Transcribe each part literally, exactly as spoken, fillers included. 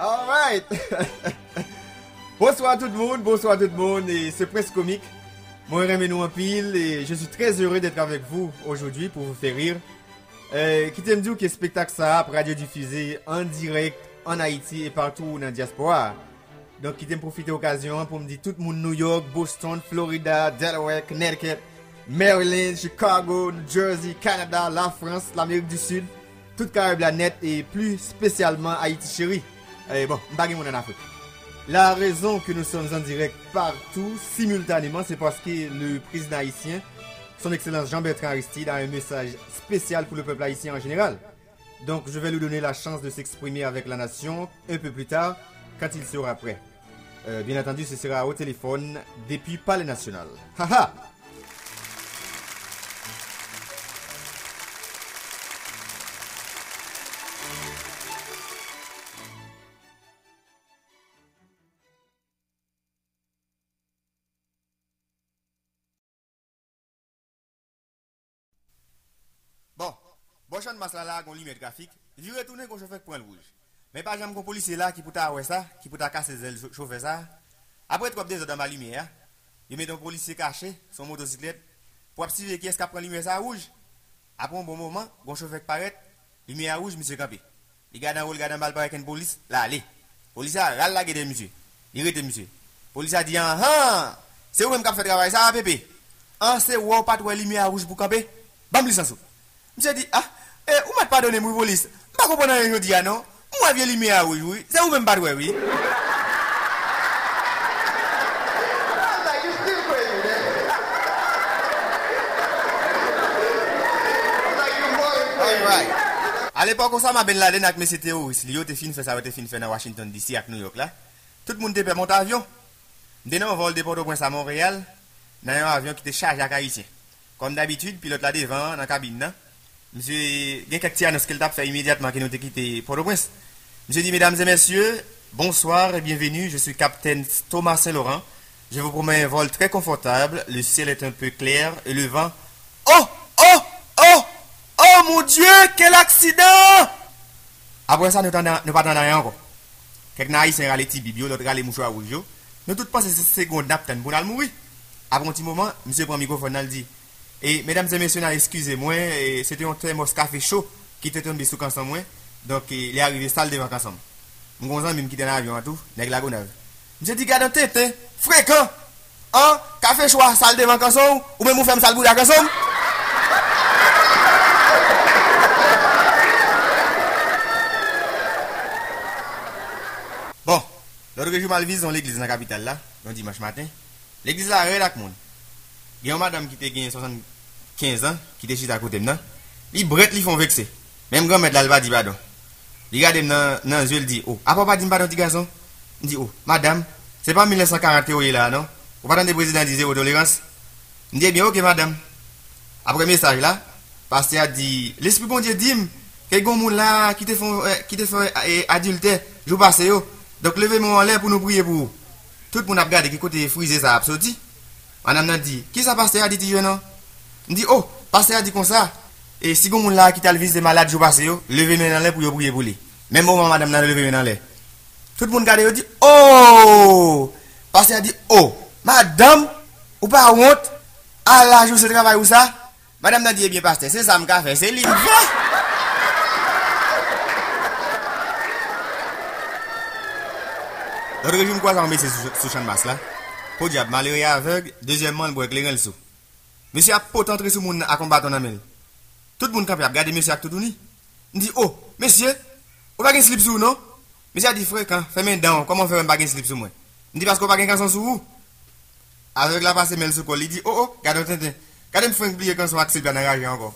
Alright. Bonsoir tout le monde, bonsoir tout le monde et c'est presque comique. Moi j'aime nous en pile et je suis très heureux d'être avec vous aujourd'hui pour vous faire rire. Euh, qui t'aime dire que spectacle ça a radio diffusé en direct en Haïti et partout dans la diaspora. Donc qui t'aime profiter de l'occasion pour me dire tout le monde New York, Boston, Florida, Delaware, Connecticut, Maryland, Chicago, New Jersey, Canada, la France, l'Amérique du Sud, toute Caraïbes la net et plus spécialement Haïti chérie. Et bon, m'bagay mon en Afrique. La raison que nous sommes en direct partout, simultanément, c'est parce que le président haïtien, son excellence Jean-Bertrand Aristide, a un message spécial pour le peuple haïtien en général. Donc je vais lui donner la chance de s'exprimer avec la nation un peu plus tard, quand il sera prêt. Euh, bien entendu, ce sera au téléphone depuis Palais National. Haha! Bon, bon champ de masse là, là, on limite graphique. Je vais retourner quand je fais point rouge. Mais pas jamais qu'on policier là qui peut ouais ça, qui peut casser les ailes chauffer ça. Après trois deux dans ma lumière, il met un policier caché son motocyclette pour observer qui est-ce qui prend lumière ça rouge. Après un bon moment, bon chauffeur paraît, lumière rouge monsieur campé. Il garde un rôle, garde un balle par une police, là allez. Police a ral la gueule monsieur. Il rete monsieur. Police a dit ah ah, c'est vous même qui fait travail ça pépé. Ah c'est ou pas de lumière rouge pour camper. Bam licence. Monsieur dit, ah, eh, vous m'avez pardonné, mon police. Je ne comprends pas ce que je dis, non? Moi, je viens de oui, oui. C'est vous-même pas oui. Alright. À l'époque, ça m'a Ben Laden avec mes terroristes. Il était fin fait ça, il était fin fait dans Washington D C, à New York, là. Tout le monde était monté avion. Dès on vol de Port-au-Prince à Montréal, dans un avion qui était chargé à Haïtien. Comme d'habitude, pilote là devant, dans la cabine, là. Monsieur, il y a quelques annonces qu'il a fait immédiatement qu'il nous a quitté Port-au-Prince. Monsieur dit, mesdames et messieurs, bonsoir et bienvenue. Je suis capitaine Thomas Saint-Laurent. Je vous promets un vol très confortable. Le ciel est un peu clair et le vent. Oh, oh, oh, oh mon Dieu, quel accident! Après ça, nous ne pas rien encore. Quelqu'un haïtien a les petits bibio, l'autre a les mouchoirs rouges. Nous tous pensons que c'est secondes d'apten pour nous mourir. Après un petit moment, monsieur prend le microphone et dit. Et mesdames et messieurs, excusez-moi, c'était un thermos café chaud qui était tombé sous ensemble moi. Donc il est arrivé salle devant ensemble. Mon grand même qui était dans l'avion tout, nèg la gonave. J'ai dit garde tête, hein, fréquent. Hein, café chaud salle devant ensemble ou même vous ferme salle bouda ensemble. Bon, l'autre jour mal visé dans l'église dans la capitale là, un dimanche matin. L'église là relak monde. Il y a une madame qui était soixante-quinze ans, qui était à côté de moi. Il brette, ils font vexer. Même grand-mère là, elle va dire pardon. Il regarde dans les yeux, il dit, oh, à papa dit pardon, petit garçon. Il dit, oh, madame, c'est pas mille neuf cent quarante là, non? Ou pas dans des présidents disent zéro tolérance? Il dit, bien, ok, madame. Après le message là, le pasteur a dit, l'esprit bon Dieu dit, que les gens là, qui te font, qui te font adultère, je passe, yo. Donc, levez-moi en l'air pour nous prier pour vous. Tout le monde a regardé qui côté frisé ça a sorti. Madame a dit, qui ça pasteur a dit, tu non? Il dit, oh, pasteur a dit comme ça. Et si vous là qui t'a le visé malade, je passe, levez-moi dans l'air pour vous prier pour lui. Même moment, madame n'a levé dans l'air. Tout le monde regarde et dit, oh! Pasteur a dit, oh, madame, ou pas honte? Ah là, je sais travail ou ça? Madame n'a dit, eh bien, pasteur, c'est ça, m'ka fait, c'est libre. L'autre jour, quoi, ça m'a mis sous champ de masse là? Pour diable, malheureux aveugle, deuxièmement, le bois éclairé le sous. Monsieur a pas entré sur mon à combattre en amel. Tout le monde a regardé monsieur à tout tourner. Il dit, oh, monsieur, vous n'avez pas de slip sur non? Monsieur a dit, frère, quand, fais-moi down, comment faire un bagage slip sur moi? Il dit, parce qu'on n'a pas de canson sur vous. Avec la passe, mais le sous il dit, oh, oh, regardez, regardez, regardez, me faire oublier quand son axle bien engagé encore.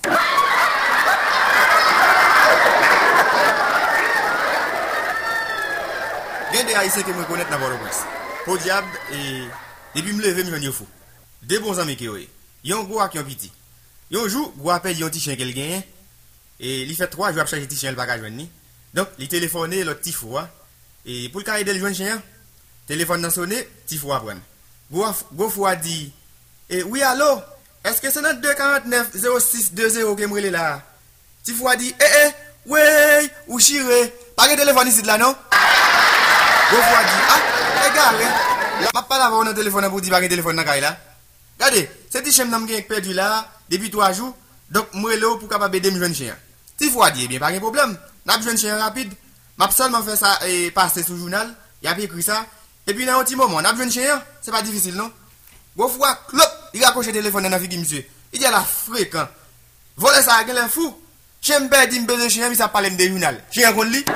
Bien des haïtiens que je connais dans votre presse. Pour diable, et depuis me lever, je me fou. Deux bons amis qui ont eu. Ils ont un gros qui ont petit. Ils ont un jour, gros appelle, ils ont un petit chien qu'elle gagne. Et il fait trois jours à changer petit chien, le bagage joindre. Donc, il téléphone le petit fou. Et pour le cas de le joindre chien, téléphone dans sonné, petit fou à prendre. Gros fou a dit, et oui, allô, est-ce que c'est notre deux cent quarante-neuf zéro six deux zéro qui me là? Petit fou a dit, eh, eh, oui, ou chiré, pas de téléphone ici là, non? Go fois dit, ah, regarde, là, m'a pas d'avoir un téléphone pour dire pas un téléphone dans la là. Regardez, c'est petit chien qui est perdu là, depuis trois jours, donc moi là pour capable aider me jeune chien. Si fois dit, bien, pas de problème. N'a besoin de chien rapide. M'a seulement fait ça et passer sur le journal, il a écrit ça, et puis dans un petit moment, n'a besoin de chien, c'est pas difficile, non? Go fois, clop, il a coché le téléphone dans la fille, monsieur. Il dit à la fréquent. Voler ça, il est fou. Chien me dit, me chien, il s'est parlé de journal. Chien qu'on lit.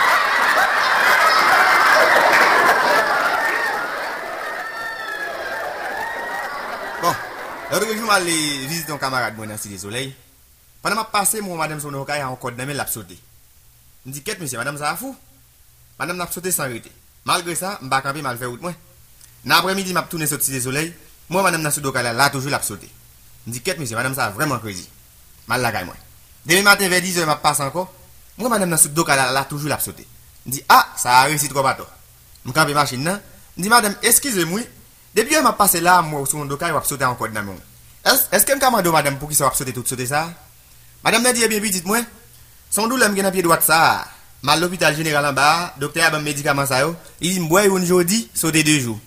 Bon, l'autre jour, je vais visiter un camarade dans le Cité Soleil. Pendant que je passe, moi, madame Sonoka, il y a encore de la sauté. Je dis, qu'est-ce monsieur, madame, ça a fou. Madame n'a sauté sans arrêter. Malgré ça, je vais camper mal faire route. L'après-midi, je vais tourner sur le Cité Soleil. Moi, madame n'a sauté là, toujours la sauté. Je dis, qu'est-ce monsieur, madame, ça a vraiment crazy. Mal la caille, moi. Demain matin, vers dix heures, je passe encore. Moi, madame n'a sauté là, toujours la sauté. Je dis, ah, ça a réussi trop bateau. Je campe machine là. Je dis, madame, excusez-moi. Depuis que je passe là, moi, sur mon doka, je vais sauter encore dans mon. Est-ce que je demande madame pour qu'il soit sauté tout sauter ça? Madame m'a dit, eh bien, dites-moi, son douleur me pied droit ça. Mal l'hôpital général en bas, docteur a un médicament ça yo. Il dit, moi, une jeudi, sauter deux jours.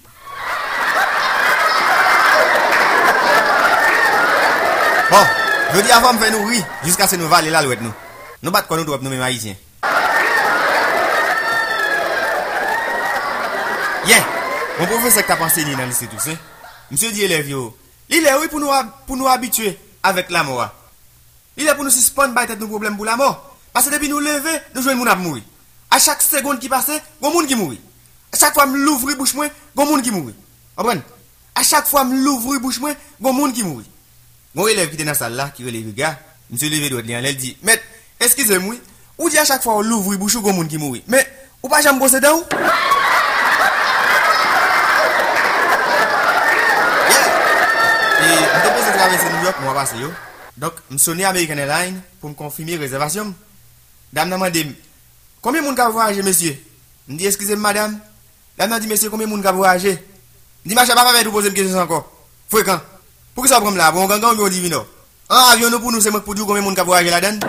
Bon, je dis avant de faire nourrir, jusqu'à ce que nous valons là, nous. Nous battons quoi nous doivent nous haïtiens. Yeah, mon professeur qui a pensé dans l'institut, monsieur dit élève yo, il est oui pour nous, pour nous habituer avec la mort. Il est pour nous suspendre par nos problèmes pour la mort. Parce que depuis nous lever, nous jouons moun mourir. À chaque seconde qui passe, gon moun qui mourir. À chaque fois me l'ouvrir bouche moi, gon moun qui mourir. Comprenez? À chaque fois me l'ouvrir bouche moi, gon moun qui mourir. Mon élève qui était dans la salle là, qui relève gars, monsieur levé droit là, il dit, "Maître, excusez-moi, ou dit à chaque fois on l'ouvrir bouche gon moun qui mourir. Mais ou pas jamais brosser dents ou?" Et je dépose traverser New York, moi passer yo. Donc, je sonne American Airlines pour me confirmer la réservation. Dame m'a demandé, combien de monde a voyagé, monsieur? Je dis, excusez-moi, madame. Dame m'a dit, monsieur, combien de monde a voyagé? Je dis, ma chère, pas vous poser une question encore. Fréquent. Pour que ça prenne là? Bon, gang, gang, on dit, non. Un avion, nous, pour nous, c'est pour dire combien de monde a voyagé là-dedans?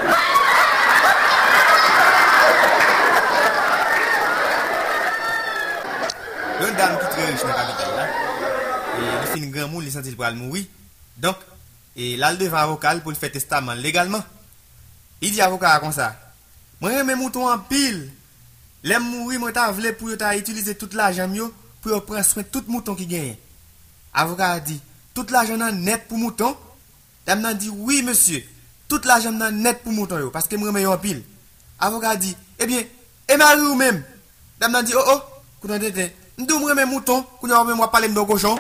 Une dame qui est très riche dans la capitale, là. Et il fait une grande monde, il sentit pour aller mourir. Donc, et là, il devant avocat pour le faire testament légalement. Il dit avocat comme ça. Moi, je mes moutons en pile. Les mourir, moi, t'as voulu pour utiliser tout l'argent pour prendre soin de tout mouton qui gagne. Avocat a dit, tout l'argent net pour mouton. Dame a dit, oui, monsieur. Tout l'argent net pour mouton, parce que moi, je en pile. Avocat a dit, eh bien, et Marie ou même. Dame a dit, oh, oh, qu'on a dit, nous devons mes moutons, qu'on a moi parler de nos cochons.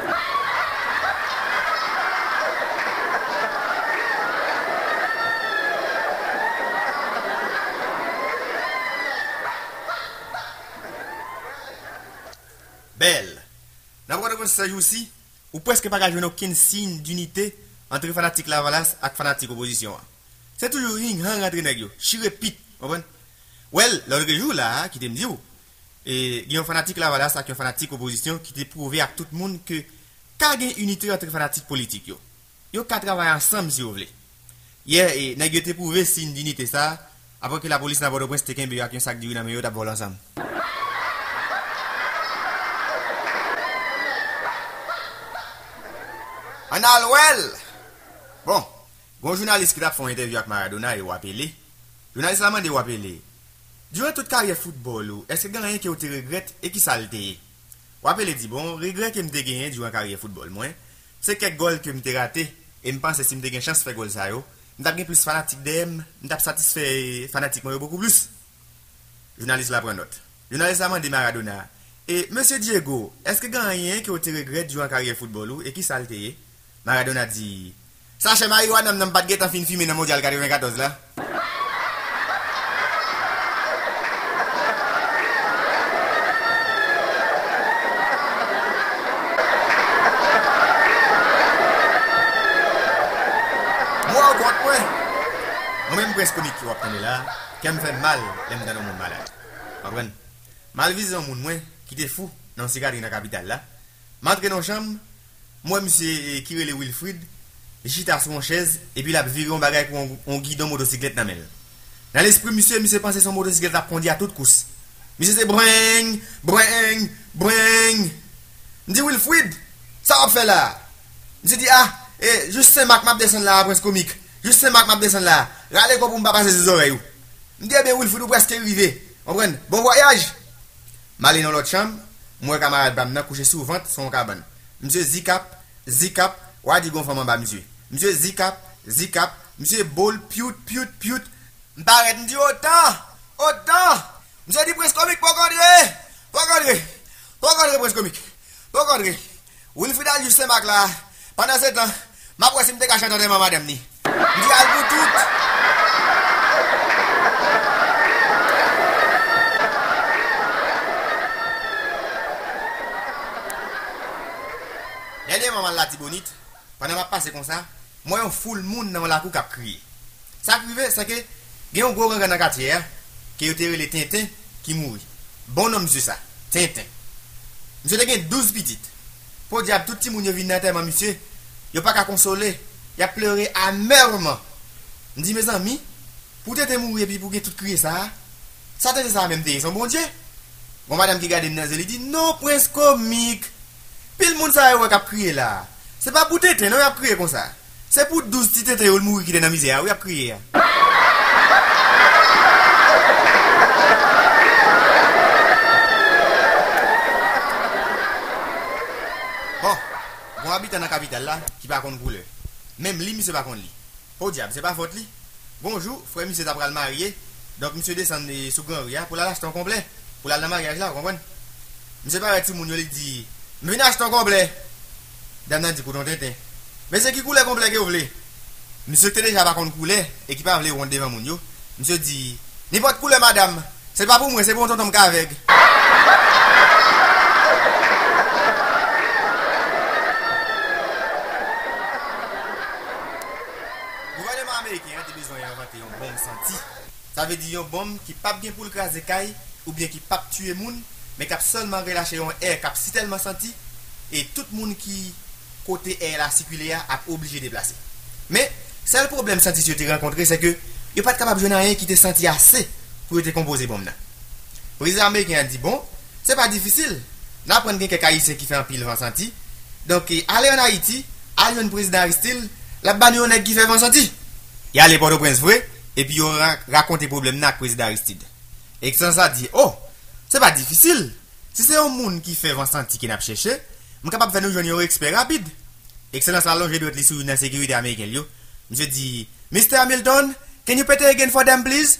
Belle. Dans votre ça aussi, ou presque pas gagner aucun signe d'unité entre fanatique Lavalas et fanatique opposition. C'est toujours une hang entre nèg yo. Je répète, comprenez? Well, l'autre jour là, qui te me dit et il y a un fanatique Lavalas et un fanatique opposition qui te prouvé à tout le monde que quand il y a une unité entre fanatiques politiques yo, yo ka travailler ensemble si vous voulez. Hier et nèg yo te prouvé signe d'unité ça après que la police n'a pas de prince te kembe avec un sac de riz dans yo d'abord ensemble. Analwell. Bon, bon journaliste qui a fait une interview avec Maradona et appelé. Journaliste a demandé ou appelé. Durant toute carrière football, est-ce que rien qui te regrette et qui salte? Ou appelé dit bon, regret que me gagné durant carrière football moi, c'est quelques goals que me raté et me pense si me gagné chance faire goal ça yo, me t'a plus fanatique d'em, me t'a satisfait fanatique moi beaucoup plus. Journaliste la prend note. Journaliste a demandé Maradona et monsieur Diego, est-ce que rien qui te regrette durant carrière football et qui salte? Maradona dit, Sacha Marijuana n'a pas de guet en fin filmé dans le mondial quatre-vingt-quatorze là. Moi, au compte, moi, moi-même presque connu qui va prendre là, qui me fait mal, l'aime dans le monde malade. Comprenez? Mal visé au monde, moi, qui était fou dans le cigare dans la capitale là. M'entre dans la chambre. Moi, monsieur Kirele Wilfried, j'étais sur mon chaise, et puis il a viré un bagage pour un guidon motocyclette dans Dans l'esprit, monsieur, monsieur pensait son motocyclette a pondu à toute course. Monsieur c'est bring, bring, bring. Me dit Wilfrid, ça va faire là. Monsieur dit ah, eh, juste c'est Mac m'a descendre là prince comique. Juste c'est Mac m'a descendre là. Regardez quoi pour me passer ses oreilles. Me dit eh bien Wilfrid ou presque arrivé. Comprenez? Bon voyage. M'aller dans l'autre chambre, moi camarade bam nan coucher sur ventre son cabane. Monsieur Zikap, Zikap, ou a dit gon femme en bas monsieur. Monsieur Zikap, Zikap, monsieur bol piut piut piut. M'paraît me dit autant, autant. Monsieur dit prince comique pour cadrer. Pour cadrer. Pour cadrer prince comique. Pour cadrer. Wilfrid a juste Mac là. Pendant ce temps, m'a presse me dégager dans ma madame ni. Me dit al pour tout. Dernier moment là, Tibonite, pendant que je passe comme ça, moi, on fout le monde dans la cour qui a crié. Ça arrive, c'est que, il y a un gros gang dans le quartier, qui a été les Tintin qui mourit. Bon nom, monsieur, ça. Tintin. Monsieur, il y a douze petites. Pour dire, tout le monde vient dans le terme, monsieur, il n'y a pas qu'à consoler. Il a pleuré amèrement. Je dis, mes amis, pour te mourir et pour que tout crier ça, ça te dit ça même, son bon Dieu. Bon, madame qui garde dans elle dit, non, prince comique. Puis le monde ça a crié là. C'est pas pour tété, non, il a crié comme ça. C'est pour douze petits tétés qui mourir qui est dans la misère, il a crié. Bon, on habite dans la capitale là, qui pas contre couleur. Même lui, monsieur pas contre lui. Au diable, c'est pas faute lui. Bonjour, frère, monsieur d'après le marié. Donc, monsieur descend sous grand ria pour la lâcher ton complet. Pour la mariage là, vous comprenez? Monsieur pas tout le monde, il dit. Mais venez acheter un complet. Dame dit pour ton tété. Mais c'est qui coule complet que vous voulez. Monsieur t'es déjà pas contre couler et qui pas voulu rendre devant mon yo. Monsieur dit n'importe couleur madame. C'est pas pour moi, c'est pour tonton avec. Le gouvernement américain a besoin d'inventer une bombe senti. Ça veut dire une bombe qui pas bien pour le craser caille ou bien qui pas tuer moun. Mais qui a seulement relâché un air qui a si tellement senti et tout le monde qui côté air la circulé a obligé de déplacer. Mais seul problème senti que tu as rencontré c'est que il pas capable de jouer rien qui te senti assez pour te composer bombe là. Le président américain a dit bon, c'est pas difficile. N'a prendre quelques haïtiens qui fait un pile vent senti. Donc aller en Haïti, aller un président Aristide, la bagnonnette qui fait vent senti. Il y a les Port-au-Prince vrai et puis il raconte problème là président Aristide. Et sans ça dit oh c'est pas difficile. Si c'est un monde qui fait vingt qui n'a pas cherché, je suis capable de faire nous joindre un expert rapide. Excellence allongé de être sur la sécurité américaine. Monsieur dit, mister Hamilton, can you pay again for them, please?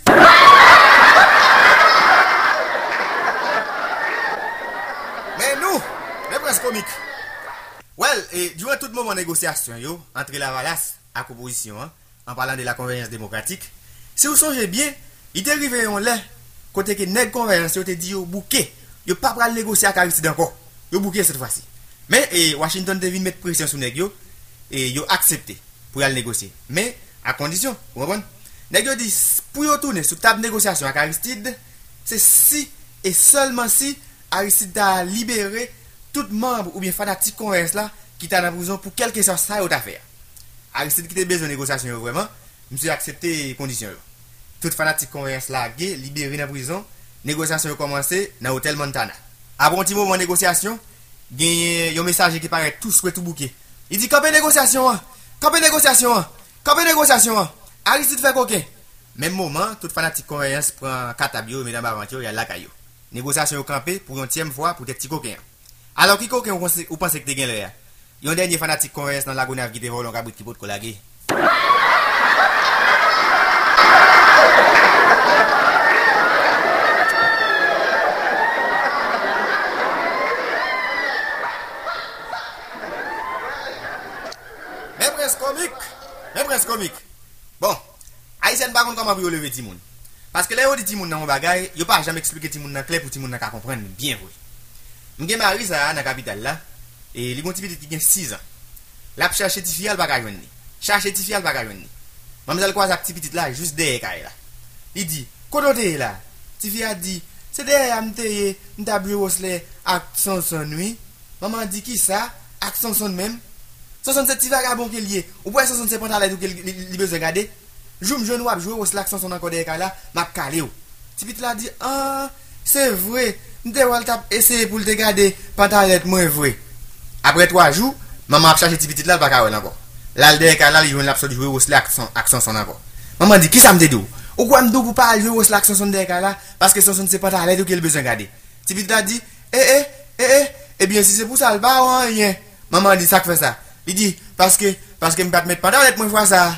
Mais nous, les princes comiques. Well, et durant tout le moment de négociation yo, entre la Valasse et la composition, hein, en parlant de la convergence démocratique, si vous songez bien, il est arrivé en l'air. Côté que nèg convergence yo te dit yo bouquet yo pas pral négocier avec Aristide encore yo bouquet cette fois-ci mais et Washington devait mettre pression sur nèg yo et yo accepté pour aller négocier mais à condition vous comprenez nèg yo dit pour yo tourner sur table négociation avec Aristide c'est si et seulement si Aristide a libéré tout membre ou bien fanatique convergence là qui était dans prison pour quelque chose ça yo t'a faire Aristide qui était besoin de négociation vraiment monsieur accepté conditions yo tout fanatique convergence là libéré dans prison négociation commencé dans hôtel Montana après un petit moment de négociation il y a un message qui paraît tout souhait tout bouquet il dit campé négociation campé négociation campé négociation Aristide fait coquin même moment tout fanatique convergence prend catabio mesdames aventure il y a la caillou négociation campé pour une deuxième fois pour des petits coquins alors qui coquin ou pense que tu gagnes là il y a un dernier fanatique convergence dans la Gonave qui te vole un cabrit qui peut te collaguer. Comique, même presque comique. Bon, Haïtien par contre comment vous lever Timoun. Parce que là on dit Timoun dans mon bagage, yo pas jamais expliquer Timoun dans clair pour Timoun n'a comprendre bien vrai. M'gè mari ça dans la capitale là et li bon petit qui a six ans. L'a chercher ti fial bagage joindre. Chercher ti fial bagage joindre. Mademoiselle croise ak ti petite là juste derrière caille là. Il dit, "Kodote là?" Ti fial dit, "C'est derrière m'teye, m'ta bureau slé ak son son nuit." Maman dit qui ça? Ak son son même. soixante-sept petits vagabonds qui lié ou pour soixante-sept pantalons qui li besoin regarder joue me jeune ou jouer au slack son encore derrière là m'a calé ou petit petit là dit ah c'est vrai, m'te t'a essayé pour te garder pantalette moins vrai. Après trois jours, maman a cherché petit petit là, pas qu'à encore. Là, le dernier là, il joue l'absolu jouer au slack accent son encore. Maman dit, qui ça me dit d'où? Ou quoi me dit pour pas jouer au slack son dernier là? Parce que son son ne sait pas t'aller d'où qu'il a besoin de garder. Petit petit là dit, eh eh, eh eh, eh bien si c'est pour ça, le pas rien. Maman dit, ça que fait ça. Il dit, parce que, parce que me pas mettre pantalette, moi, voir ça.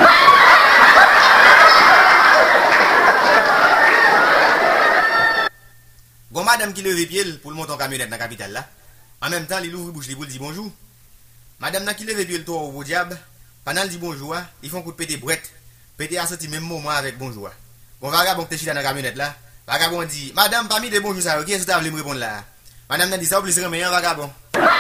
Bon, madame qui lève les pieds pour le monter en camionnette dans la capitale là. En même temps, il ouvre la bouche pour dire bonjour. Madame qui lève les pieds le tour au beau diable. Pendant qu'il dit bonjour, ils font coup de péter brette. Péter à sortir même moment avec bonjour. Bon, vagabond qui est dans la camionnette là. Vagabond dit, madame, parmi des bonjours ça, ok, est-ce que vous voulez me répondre là? Madame dit, ça vous plaît, mais un vagabond.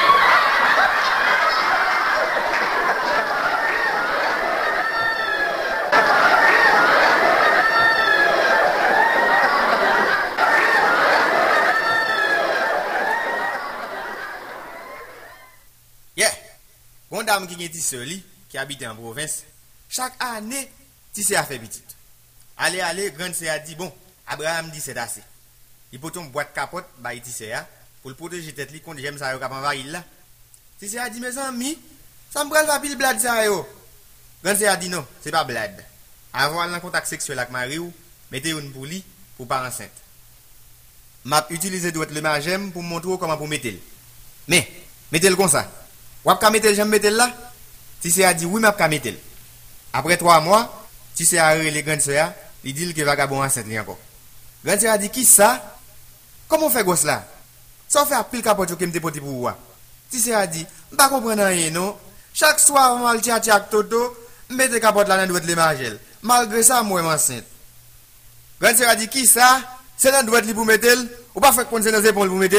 Une dame qui est ici, qui habite en province, chaque année, Tissé a fait petite. Allez, allez, grande a dit, bon, Abraham dit c'est assez. Il peut une boîte capote, bah, Tissé a, pour le protéger tête, li, quand j'aime ça, il a il là. Tissé a dit, mes amis, ça me prend pas pile blade ça, yo. Grande a dit, non, c'est pas blade. Avant un contact sexuel avec Marie, mettez une pour lui, pour pas enceinte. M'a utilisé d'autres le magème pour montrer comment pour mettre. Mais, mettez-le comme ça. Ou ap mettre j'aime mettre là? Tissé a dit oui, m'a mettre. Après trois mois, Tissé a les grandes sœurs, il dit que vagabond enceinte encore. Grande sœur a dit qui ça? Comment on fait gosse là? Ça fait pile capote que me dépoter pour vous. Tissé a dit, pas comprendre rien non. Chaque soir mal tia tia toto, mettez capote là dans le magel. Malgré ça moi enceinte. Grande sœur a dit qui ça? C'est dans droite li pour mettre ou pas fait prendre dans épaules pour mettre.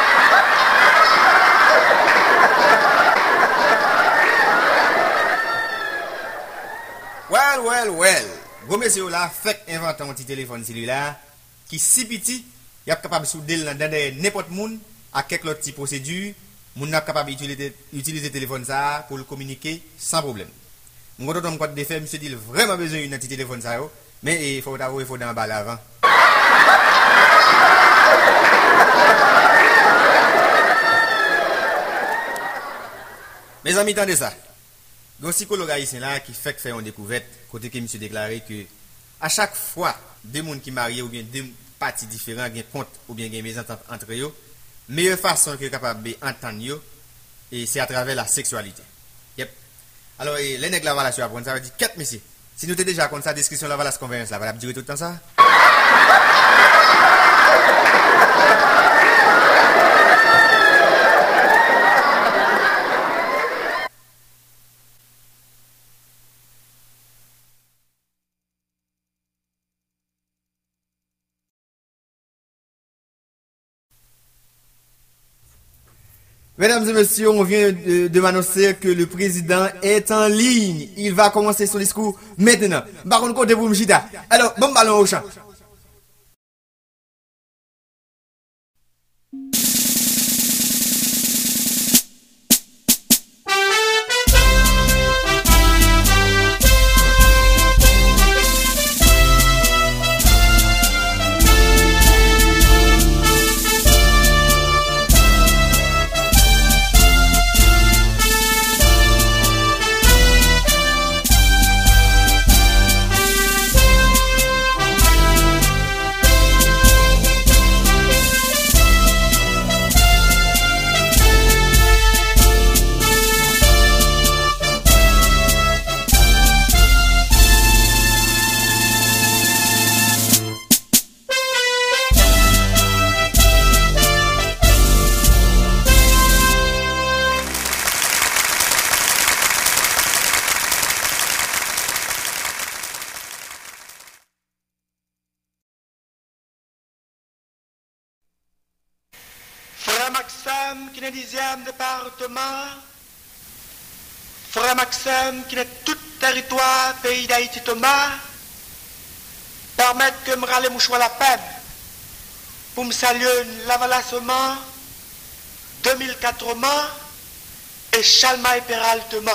Well, well, well. Gros monsieur là, fait inventer un petit téléphone celui-là, qui si petit, il est capable de souder dans n'importe monde, à quelques autres types de procédures, moun est capable d'utiliser utiliser le téléphone ça pour le communiquer sans problème. Mon gros homme quoi de faire, monsieur dit vraiment besoin d'un petit téléphone ça, mais il faut d'abord il faut dans balle avant. Mes amis, attendez ça. Il y a un psychologue haïtien là qui fait faire une découverte, côté que monsieur déclaré que à chaque fois, deux personnes qui marient ou bien deux parties différentes, qui compte ou bien qui maison entre eux, meilleure façon que capable d'entendre et c'est à travers la sexualité. Yep. Alors, les nègres là voilà sur apprendre ça veut dire quatre messieurs. Si nous t'es déjà contre sa description là voilà la conférence là, va durer tout le temps ça. Mesdames et messieurs, on vient de, de m'annoncer que le président est en ligne. Il va commencer son discours maintenant. Par contre, côté pour Mjita. Alors, bon ballon au champ. Frère Maxime, qui est dixième département, Frère Maxime, qui est tout territoire, pays d'Haïti Thomas, permettre que me râle mouchoir la peine pour me saluer l'avalassement, deux mille quatre mois et Chalma Peraltement.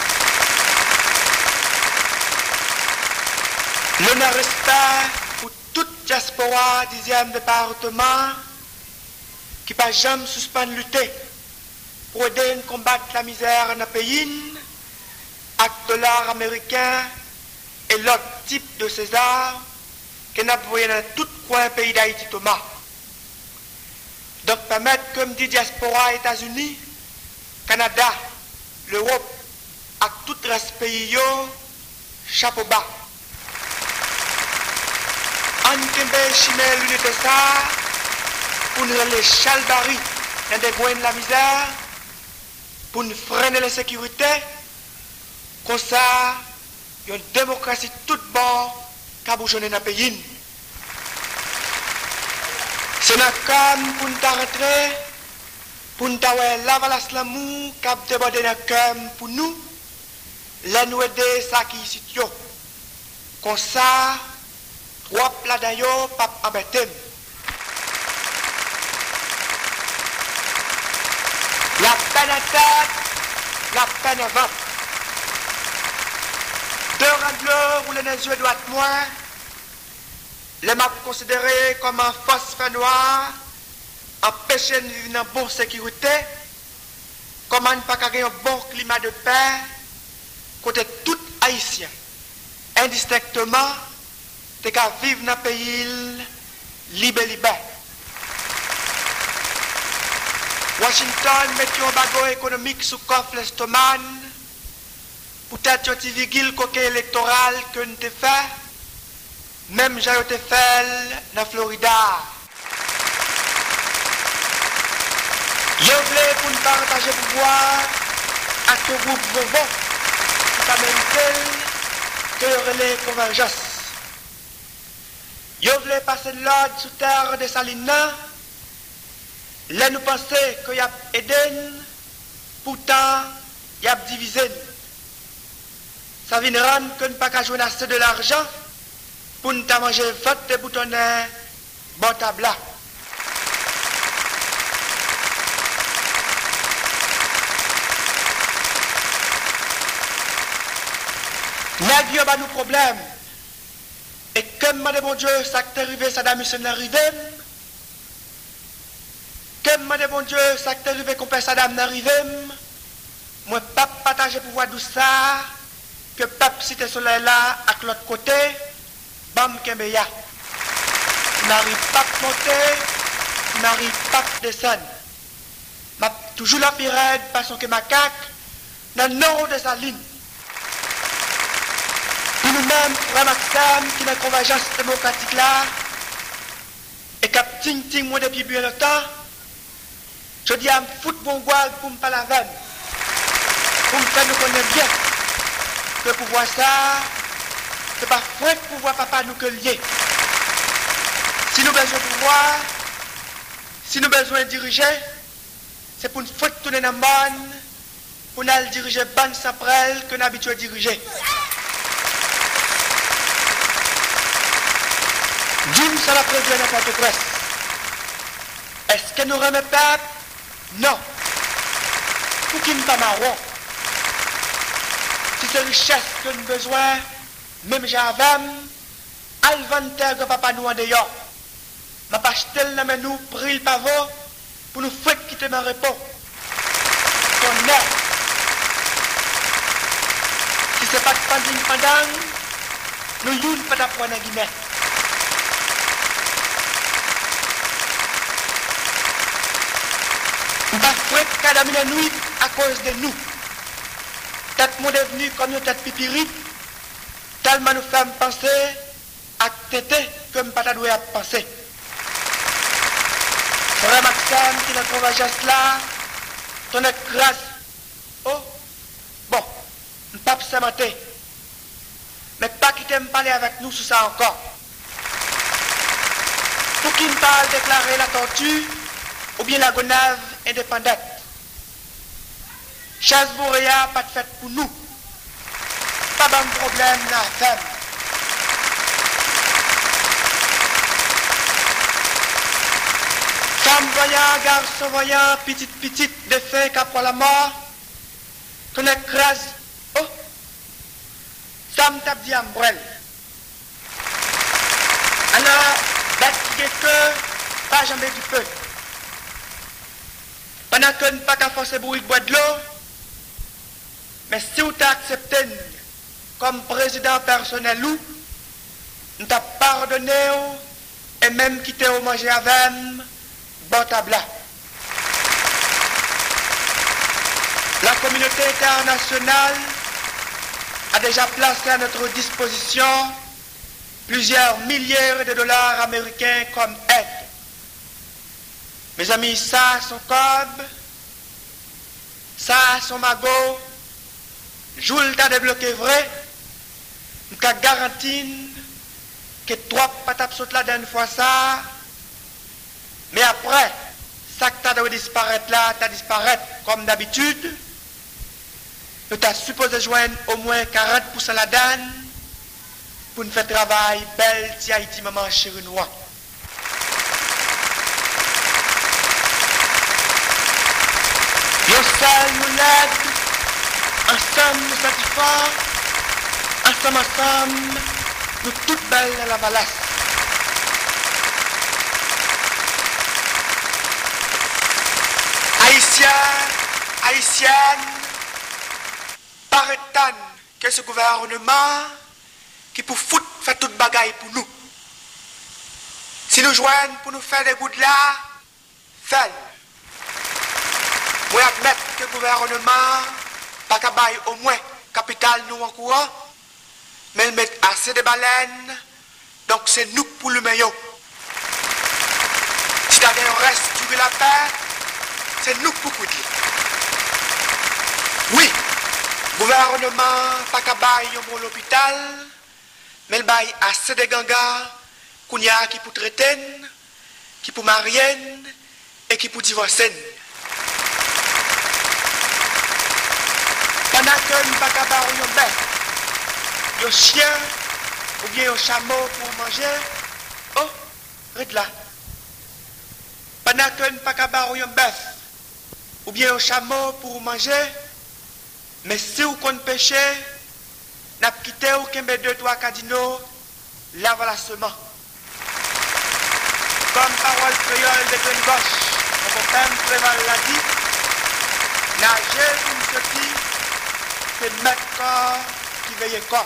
Le respect pour toute diaspora dixième département qui pas jamais suspendre lutter pour aider à combattre la misère dans le pays, avec dollars américains et l'autre type de César que nous avons dans tout coin pays d'Haïti Thomas. Donc permettre comme dit diaspora États-Unis, Canada, l'Europe, avec tout le reste pays, chapeau bas. En Kembe, Chine, l'unité ça, pour nous les chalbari dans des coins de la misère, pour nous freiner la sécurité, comme ça, il y a une démocratie toute bonne qui a bougé dans le pays. C'est notre cam pour nous rentrer, pour nous avoir la valasse l'amour qui a débordé dans le cam pour nous, les nous aider ça qui est ici. Comme ça, trois plats d'ailleurs, pas embêter. La peine à tête, la peine à ventre. Deux randleurs où les yeux doivent être moins, les maps considérés comme un phosphore noir, empêcher de vivre dans bonne sécurité, comment ne pas gagner un bon climat de paix, côté tout haïtien, indistinctement, de vivre dans un pays libre libre. Washington met un bagot économique sous coffre l'estomac, peut-être un petit virgule coquet électoral que nous avons fait, même j'ai été fait dans Florida. Je voulais pour nous partager le pouvoir à ce groupe Vovon, qui est même tel que relais convergence. Je voulais passer l'ordre sous terre de Salina. Là, nous pensons qu'il y a aidé, pourtant, il y a divisé. Ça vient rendre que nous ne pouvons pas jouer assez de l'argent pour nous manger vingt de boutonnets, bon tabla. N'a Dieu pas nos problèmes. Et comme, mon Dieu, ça t'est arrivé, ça n'a pas arrivé. Comme mon bon Dieu, ça t'est arrivé qu'on peut ça n'a arrivé. Moi, pas partager pouvoir de ça, que pape cité soleil là, à l'autre côté, bam kembeya. N'arrive pas à monter, n'arrive pas à descendre. M'a toujours la pirate parce que ma caque, dans le nord de sa ligne. Pour nous-mêmes, frère Maxime, qui est dans la convergence démocratique là, et qui a ting ting moi depuis bien longtemps, je dis à me foutre mon gueule pour me parler avec, pour me faire nous connaître bien. Que pour voir ça, c'est pas vrai que pour voir papa nous que lié. Si nous avons besoin de pouvoir, si nous avons besoin de diriger, c'est pour nous faire tourner dans le monde, pour nous diriger ban saprel que nous habitués à diriger. D'une ça va produire n'importe quoi. Est-ce que nous remet peuple? Non. Pour qui ne pas marron. Si c'est richesse que nous avons besoin, même j'avais, alvanter que papa nous en dehors. Ma page telle n'a nous pris le pavot pour nous faire quitter ma repos. Ton air. Si c'est pas de pandine pendant, nous y'oun pas d'apprendre à guillemets. Nous pas frère qu'à nuit à cause de nous. Tête mon devenu comme une tête pipiri, tellement nous faisons penser à tété comme pas doué à penser. Frère Maxime qui n'a trouvé juste là, ton grâce. Oh, bon, ne pas se mentir. Mais pas qui t'aime parler avec nous sur ça encore. Pour qui ne parle déclarer la tortue ou bien la gonave indépendante. Chasse Boréa, pas de fête pour nous. Pas de problème, la femme. Femme voyant, garçon voyant, petite petite, de fait qu'après la mort, qu'on écrase. Oh, ça me tape dit à m'brel. Alors, que pas jamais du peu. Pendant que nous pas qu'à forcer pour boire de l'eau, mais si vous acceptez comme président personnel, nous t'avons pardonné et même quitté au manger avec bon tabla. La communauté internationale a déjà placé à notre disposition plusieurs milliards de dollars américains comme aide. Mes amis, ça, son cob, ça, son magot, Joule t'a débloqué vrai, nous t'a garanti que trois patates sautent là d'une fois ça, mais après, ça que t'as de disparaître là, t'as disparaître comme d'habitude, nous t'a supposé joindre au moins quarante pour cent la donne pour nous faire travail belle si Haïti maman chérinois. Yo seul nous l'aide, ensemble nous satisfaire, ensemble ensemble, nous toutes belles à la valasse. Haïtiens, Haïtiennes, paraît que ce gouvernement qui pour foutre fait toute bagaille pour nous. Si nous joignons pour nous faire des bouts de là, fait. Moi admettre que le gouvernement pas qu'à bailler au moins capital nous en courant, mais il met assez de baleines, donc c'est nous pour le meilleur. Si tu as un reste du la paix, c'est nous pour coudre. Oui, gouvernement pas qu'à bailler au l'hôpital, mais il baille assez de gangas qu'on y a qui pour traiter, qui pour marier et qui pour divorcer. Pendant que nous ne pouvons pas un bœuf, un chien ou bien un chameau pour manger, oh, reste là. Pendant que nous ne pouvons pas un bœuf ou bien un chameau pour manger, mais si vous comptez péché, nous avons quitté ou kembe deux, trois cardinaux, là voilà seulement. Comme parole créole de Green Gauche, mon père Préval l'a dit, nager pour nous sortir, c'est le maître corps qui veille corps.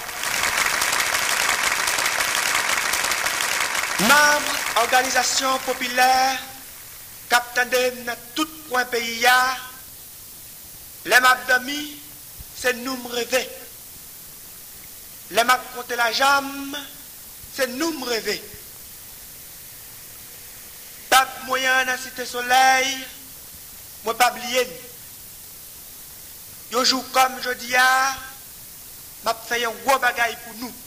Membre organisation populaire, capitaine dans tout point pays, les mabdami, c'est nous me rêver. Les map compter la jambe, c'est nous me rêver. Pas de moyen dans la cité soleil, moi pas oublier. Yo joue comme je dis, m'a fait un gros bagaille pour nous.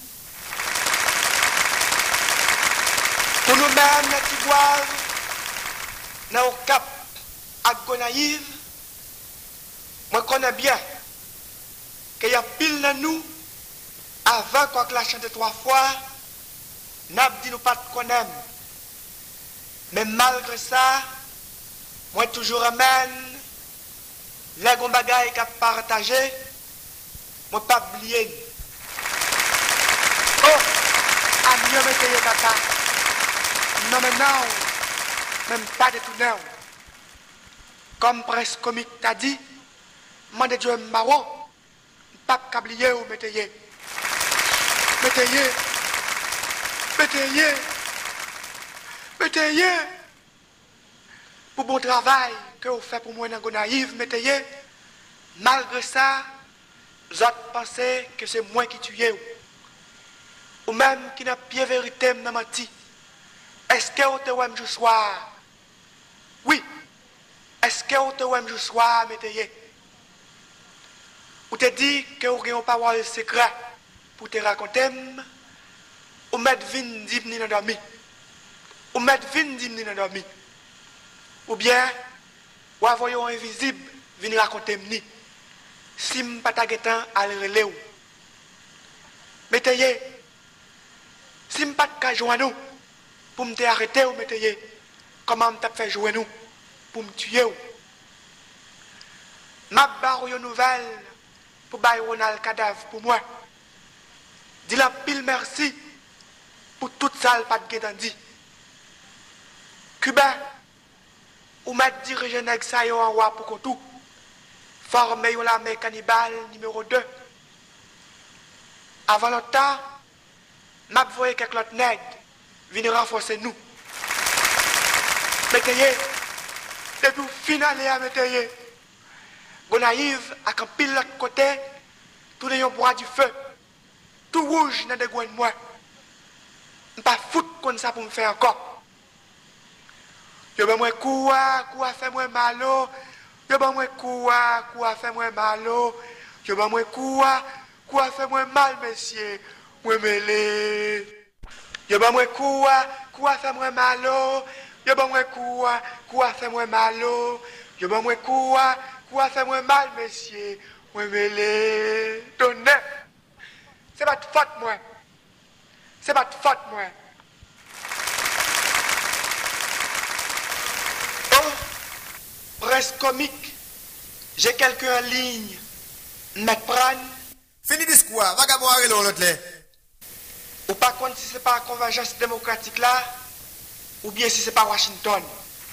Pour nous-mêmes, les Tigouaves, dans le Cap à Gonaïve, moi connais bien qu'il y a pile dans nous, avant qu'on la chante trois fois, n'a dit nous pas de connaître. Mais malgré ça, moi toujours amène les gros bagailles qu'a partagé, moi pas oublier. Oh, à mieux mettre tata. Non mais non, même pas de tout non. Comme presque comique t'a dit, moi de Dieu m'baro, pas qu'oublier ou mettez. Mettez, mettez, mettez. Pour bon travail que vous faites pour moi dans Gonaïve, mettez. Malgré ça, vous autres pensez que c'est moi qui tue. Ou même qui n'a pas vérité m'a menti. Est-ce que vous te voyez je soir? Oui. Est-ce que vous te voyez je soir, mettez. Ou te dit que vous n'avez pas parole secret pour te raconter, ou mettre vin d'hymne dans dormi, ou mettre vin d'hymne dans dormi, ou bien, ou avoir un invisible venir raconter m'ni, si m'pas ta guetan à le relais. Mettez, si m'pas ta joindre nous, pour me arrêter ou mettez, comment m't'a fait jouer nous, pour me tuer ou. M'a barre une nouvelle, pour bailler un cadavre pour moi. Dis la pile merci pour toute ça, pas de dit. Cubain, ou m'a dirigé nèg ça yo en roi pour qu'on tout. Formé yon l'armée cannibale numéro deux. Avant le temps, m'a voyé quelques autres nègres venir renforcer nous. Mettez, depuis finale à mettez, on arrive à un pile l'autre côté, tout le monde boit du feu, tout rouge dans des goins de moi. Je ne pas foutre comme ça pour me faire encore. Je vais me courir, courir fait moi malo. Je vais me courir, courir fait moi malo. Je vais me courir, courir fait moi mal, monsieur. Moi mêlé. Je vais me courir, courir fait moi malo. Je vais me courir, courir fait moi malo. Je vais me courir, courir fait moi mal, monsieur. Moi mêlé. Donnez. C'est pas de faute, moi. C'est pas de faute, moi. Oh, presse comique. J'ai quelqu'un en ligne. M'être prendre. Fini discours, vagabond à l'autre là. Ou pas contre si c'est pas la convergence démocratique là, ou bien si c'est pas Washington.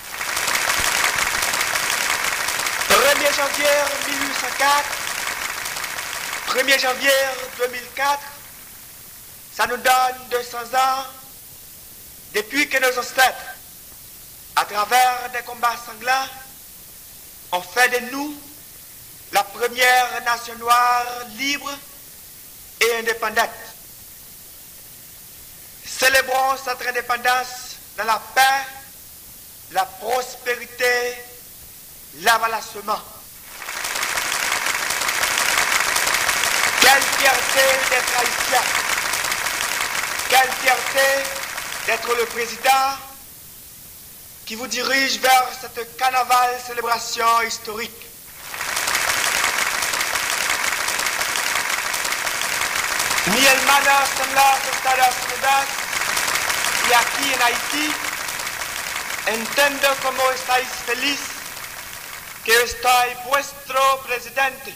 premier janvier mille huit cent quatre, premier janvier deux mille quatre, ça nous donne deux cents ans depuis que nos ancêtres, à travers des combats sanglants, ont fait de nous la première nation noire libre et indépendante. Célébrons cette indépendance dans la paix, la prospérité, l'avalassement. Quelle fierté d'être haïtien! Quelle fierté d'être le président qui vous dirige vers cette carnaval célébration historique. Mi hermanos en los Estados Unidos y aquí en Haití, entiendo como estáis feliz que estoy vuestro presidente.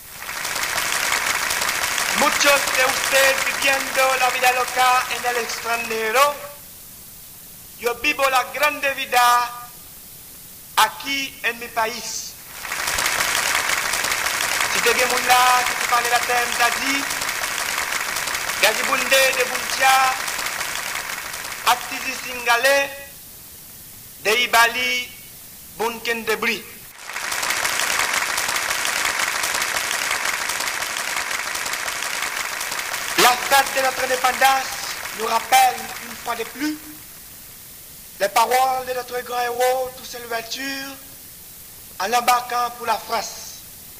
Muchos de ustedes viviendo la vida loca en el extranjero, yo vivo la grande vida aquí en mi país. Si te viens là, si tu parles la terre, t'as dit, Gazibunde de Buntia, Actizi Singale, de Ibali, Bunken de Bri. La fête de notre indépendance nous rappelle une fois de plus les paroles de notre grand héros Toussaint Louverture en embarquant pour la France.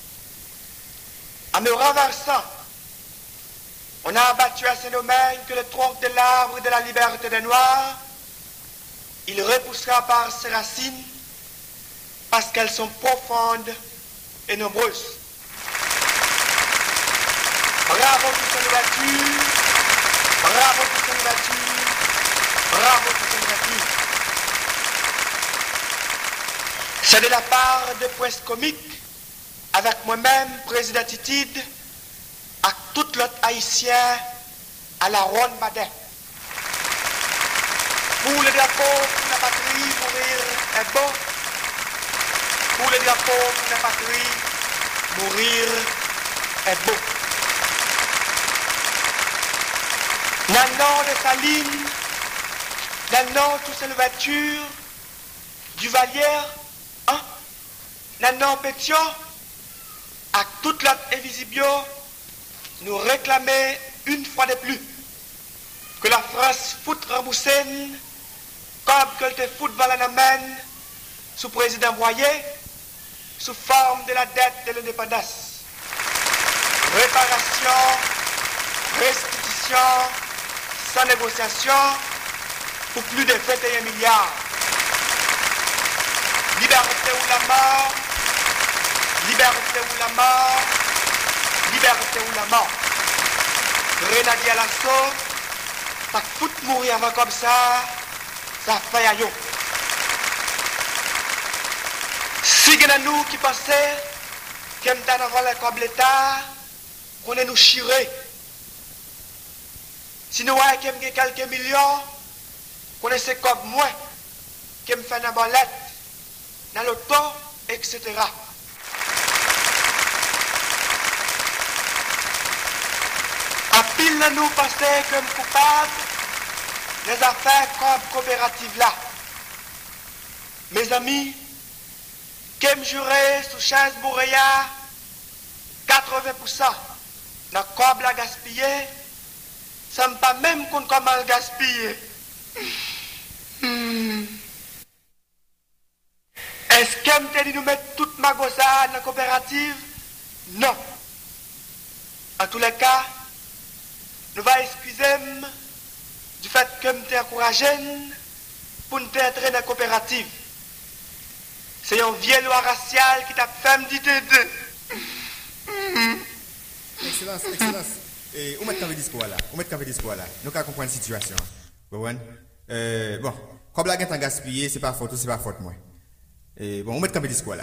En me renversant, on a abattu à Saint-Domingue que le tronc de l'arbre de la liberté des Noirs. Il repoussera par ses racines parce qu'elles sont profondes et nombreuses. Bravo Toussaint Louverture, bravo Toussaint Louverture, bravo Toussaint Louverture. C'est de la part de Presse Comique, avec moi-même, président Titide, à tout l'autre haïtien à la ronde Badet. Pour le drapeau, pour la patrie, mourir est beau. Pour le drapeau, pour la patrie, mourir est beau. Dans le nom de Saline, dans le nom de Toussaint Louverture, Duvalier, hein, dans le nom de Pétion, à toute l'autre Invisibio, nous réclamer une fois de plus que la France foute Ramboussen comme qu'elle te foute Valanamen sous président Boyer, sous forme de la dette de l'indépendance. Réparation, restitution, sans négociation, pour plus de vingt et un milliards. Liberté ou la mort, liberté ou la mort, liberté ou la mort. Grenadier à l'assaut, ça fout mourir avant comme ça, ça fait aïe. Si il y a nous qui pensaient qu'on est avant comme l'État, qu'on est nous chirés. Si nous avons quelques millions, qu'on est comme moi, qui me fait dans la bolette, dans l'auto, et cetera. À pile de nous passer comme coupables des affaires comme coopératives là. Mes amis, qui me juré sous chaise bourreya, quatre-vingts pour cent dans le corps la gaspiller, ça me pas même qu'on comment le gaspiller. Hmm. Est-ce qu'elle me dit nous mettre toute ma gossade dans la coopérative? Non. En tous les cas, nous allons excuser du fait que nous t'ai encouragé pour nous entrer dans la coopérative. C'est un vieux loi racial qui t'a fait me dire de. Excellence, excellence. Et où met le discours là? Où met le discours là? Nous allons comprendre la situation. Euh, bon, comme la guette en gaspillé, c'est pas faute ou c'est pas faute moi. Et bon, on met le discours là.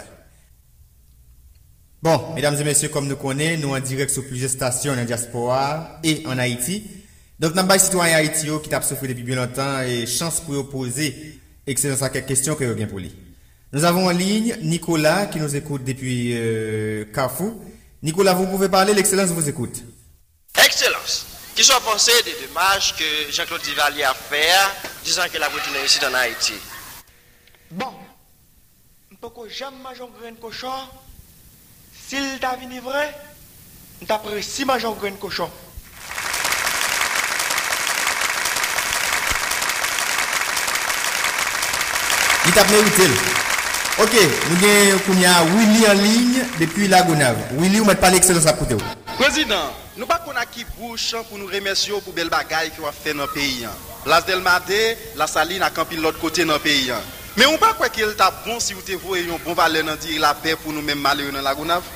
Bon, mesdames et messieurs, comme nous connaissons, nous en direct sur plusieurs stations en diaspora et en Haïti. Donc, nous avons des citoyens haïtiens qui ont souffert depuis bien longtemps et chance pour poser excellence à quelques questions que vous avez pour lui. Nous avons en ligne Nicolas qui nous écoute depuis euh, Carrefour. Nicolas, vous pouvez parler, l'excellence vous écoute. Excellence, qui sont pensés des dommages que Jean-Claude Duvalier a fait, disant qu'il a retourné ici en Haïti. Bon, je ne peux jamais manger un grain de cochon. S'il t'a venu vrai, je t'apprécie manger un grain de cochon. Il t'a mérité. Ok, nous avons Willy en ligne depuis la Gonave. Willy, vous mettez pas l'excellence à côté. Président, nous pas qu'on a qui bouche pour nous remercier pour belle bagaille qui a fait dans le pays. Las Delmade, la saline a campé de l'autre côté dans le pays. Mais on pas quoi qu'il t'a bon si vous te voyez un bon valeur dans dire la paix pour nous mêmes malheureux dans la Gonave.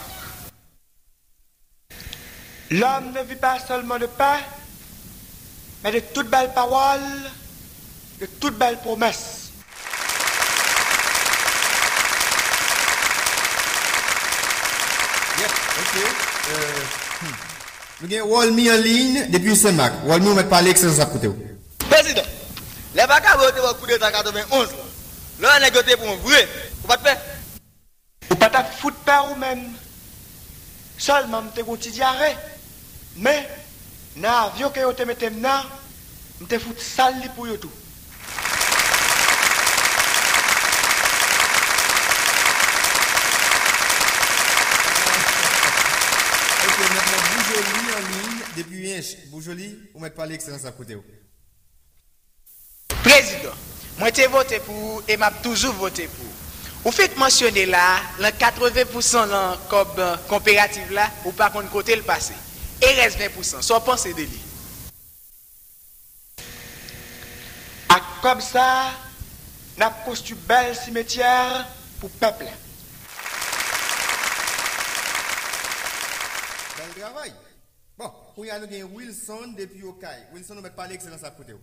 L'homme ne vit pas seulement de paix, mais de toutes belles paroles, de toutes belles promesses. Yep, ok. Euh, hmm. Nous avons Walmi en ligne depuis Saint-Marc. Walmi, vous mettez pas l'excellence à côté. Président, les vacances ont été au coup d'État quatre-vingt-onze. Là, on a négocié pour un vrai. Vous pas de paix? Vous pas ta foutre peur ou même. Seulement, je te suis diarrhée. Mais, dans l'avion que vous te mettez maintenant, je te foutre sale pour vous tout. Ok, maintenant, Boujoli en ligne depuis Inch. Boujoli, vous mettez pas l'excellence à côté. Président, moi j'ai voté pour et m'a toujours voté pour. Vous faites mentionner là, le quatre-vingts pour cent dans la coopérative là, ou par contre côté le passé. Et reste vingt pour cent, soit pensée de lui. Ah, comme ça, nous avons construit un bel cimetière pour le peuple. Bel travail. Bon, pour y aller, Wilson depuis Okaï. Wilson, nous mettez pas l'excellence à côté.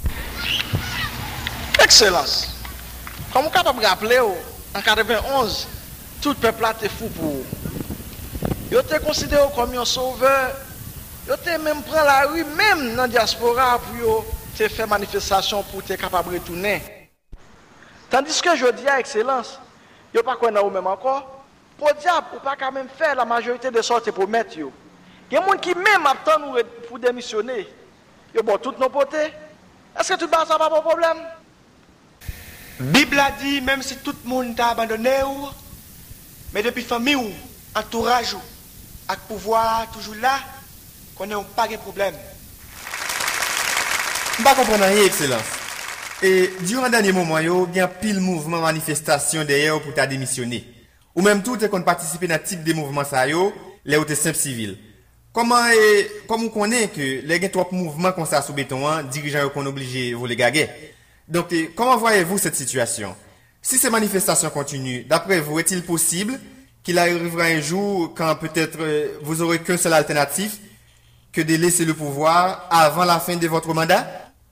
Excellence. Comme vous capable de rappeler, en quatre-vingt-onze, tout le peuple là était fou pour vous. Ils étaient considérés comme un sauveur. Ils étaient même pris la rue, même dans la diaspora, pour faire manifestation pour être capable de retourner. Tandis que je dis à Excellence, ils ne pas quoi dans même encore. Pour diable, ou pas quand même faire la majorité de sortes pour mettre. Il y a des gens qui même attendent pour démissionner. Ils ont toutes nos potés. Est-ce que tout ça n'a pas de problème? La Bible a dit, même si tout le monde t'a abandonné, mais depuis famille ou entourage ou avec pouvoir toujours là, qu'on n'a pas de problème. Je ne comprends rien, excellence. Et durant le dernier moment, il y a pile mouvement, manifestation derrière pour ta démissionner. Ou même tout est qu'on participe dans type de mouvement ça yo, les autres simple civil. Comment et comme on connaît que les gens trois mouvements comme ça sous béton, dirigeants qu'on obligé vous les gaguer. Donc comment voyez-vous cette situation? Si ces manifestations continuent, d'après vous, est-il possible qu'il arrivera un jour quand peut-être euh, vous aurez qu'une seule alternative que de laisser le pouvoir avant la fin de votre mandat?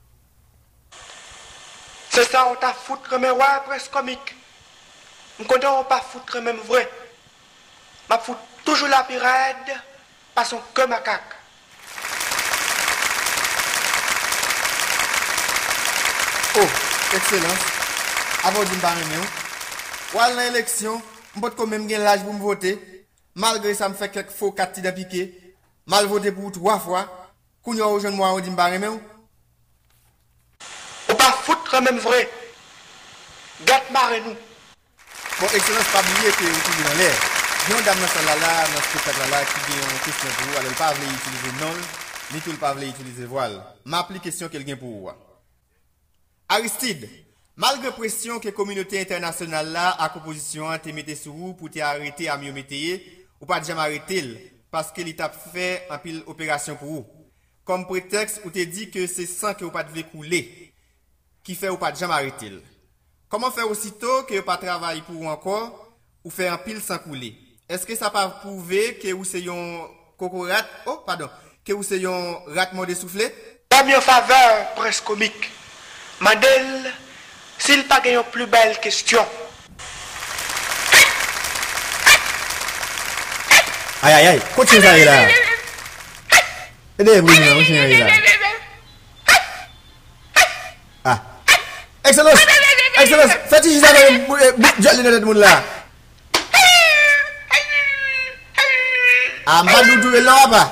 C'est ça, on t'a foutre mais ouais, presque comique. On ne compte pas foutre même vrai. Ma foutre toujours la pirade, parce qu'on que macaque. Oh, excellence. avant de me parler, ou à l'élection, je peux quand même gagner l'âge pour me voter, malgré ça me fait quelques faux quatre de piqué, mal voté pour trois fois, qu'on y a au jeune moi, on dit me parler, ou pas foutre même vrai. Gâte marre nous. Bon, excellence, pas oublier que vous êtes dans l'air. Il y a une dame dans ce là, dans ce spectacle là, qui a une question pour vous, elle ne pas utiliser non, ni tout le pas utiliser voile. Ma question quelqu'un pour vous. Aristide, malgré pression que la communauté internationale là, à composition, te mette sur vous pour te arrêter à mieux mettre, ou pas jamais arrêter parce que l'État fait un pile opération pour vous. Comme prétexte, ou te dit que c'est sans que vous pas devez couler, qui fait ou pas jamais arrêter. Comment faire aussitôt que vous pas travailler pour vous encore, ou faire un pile sans couler? Est-ce que ça peut prouver que vous soyez un cocorat, oh pardon, que vous soyez un ratement de soufflet? La mieux faveur, presse comique. Mandel, s'il pas gagne une plus belle question. Aïe aïe aïe, continue ça là. Aidez-vous, continue là. Ah. Excellence! Excellence! Faites juste ça dans le monde là. Ah, Madoudou est là-bas.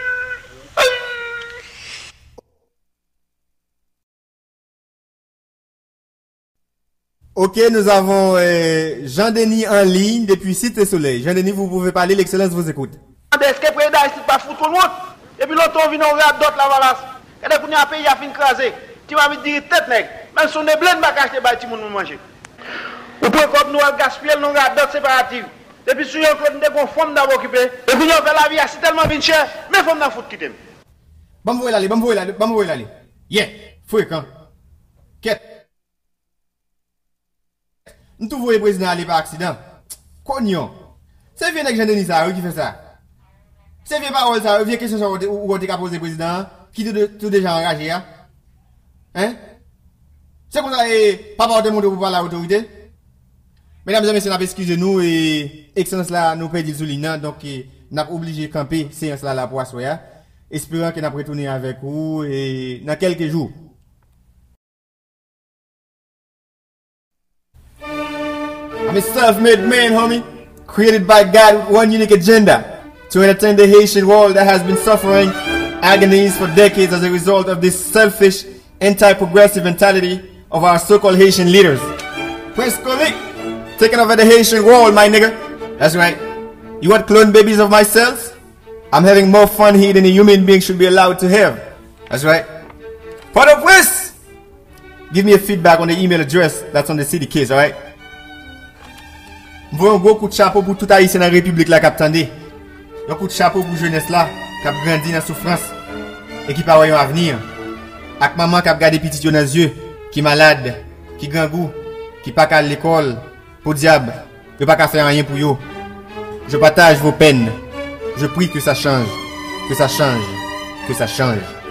Ok, nous avons euh, Jean-Denis en ligne depuis Cité Soleil. Jean-Denis, vous pouvez parler, l'excellence vous écoute. Est-ce que le président ici pas foutre tout le monde? Et puis l'autre, on vient, on regarde d'autres la valasse. Et dès qu'on a un pays, il a fini crasé. Tu vas me dire tête, nègre. Même si on est blé, on va acheter des gens pour manger. Ou pour qu'on nous gaspiller, nous regarde d'autres séparatifs. Et puis si on a une forme d'avoir occupé, et puis on fait la vie, c'est tellement bien cher, mais il faut m'en foutre quitter. Bon, vous allez, bon, vous allez, bon, vous allez. Yeah, fouet, hein. Quête. Nous trouvons le président aller par accident. Cognon. C'est vieux que Jean-Denis ça qui fait ça. C'est vieux parole ça, vieux question où on t'a posé le président, qui tout déjà engagé, hein? Hein? C'est comme ça, et pas de monde pour parler à l'autorité? Mesdames et messieurs, excusez-nous, et excellence là, nous perdons le soulignant, donc, nous avons obligé de camper séance là, là pour asseoir. Espérons que nous retourner avec vous, et dans quelques jours. I'm a self-made man, homie, created by God with one unique agenda, to entertain the Haitian world that has been suffering agonies for decades as a result of this selfish, anti-progressive mentality of our so-called Haitian leaders. Prince Kolik, taking over the Haitian world, my nigga. That's right. You want clone babies of my cells? I'm having more fun here than a human being should be allowed to have. That's right. Port-au-Prince, give me a feedback on the email address that's on the C D case, alright? Vous un gros coup de chapeau pour tout Haïtien dans la République là qui attendait. Un coup de chapeau pour jeunesse là qui a grandi dans la souffrance et qui pas voyant avenir. Avec maman qui a gardé petit dans les yeux, qui malade, qui grand goût, qui pas à l'école, pour diable, qui pas faire rien pour yo. Je partage vos peines. Je prie que ça change, que ça change, que ça change.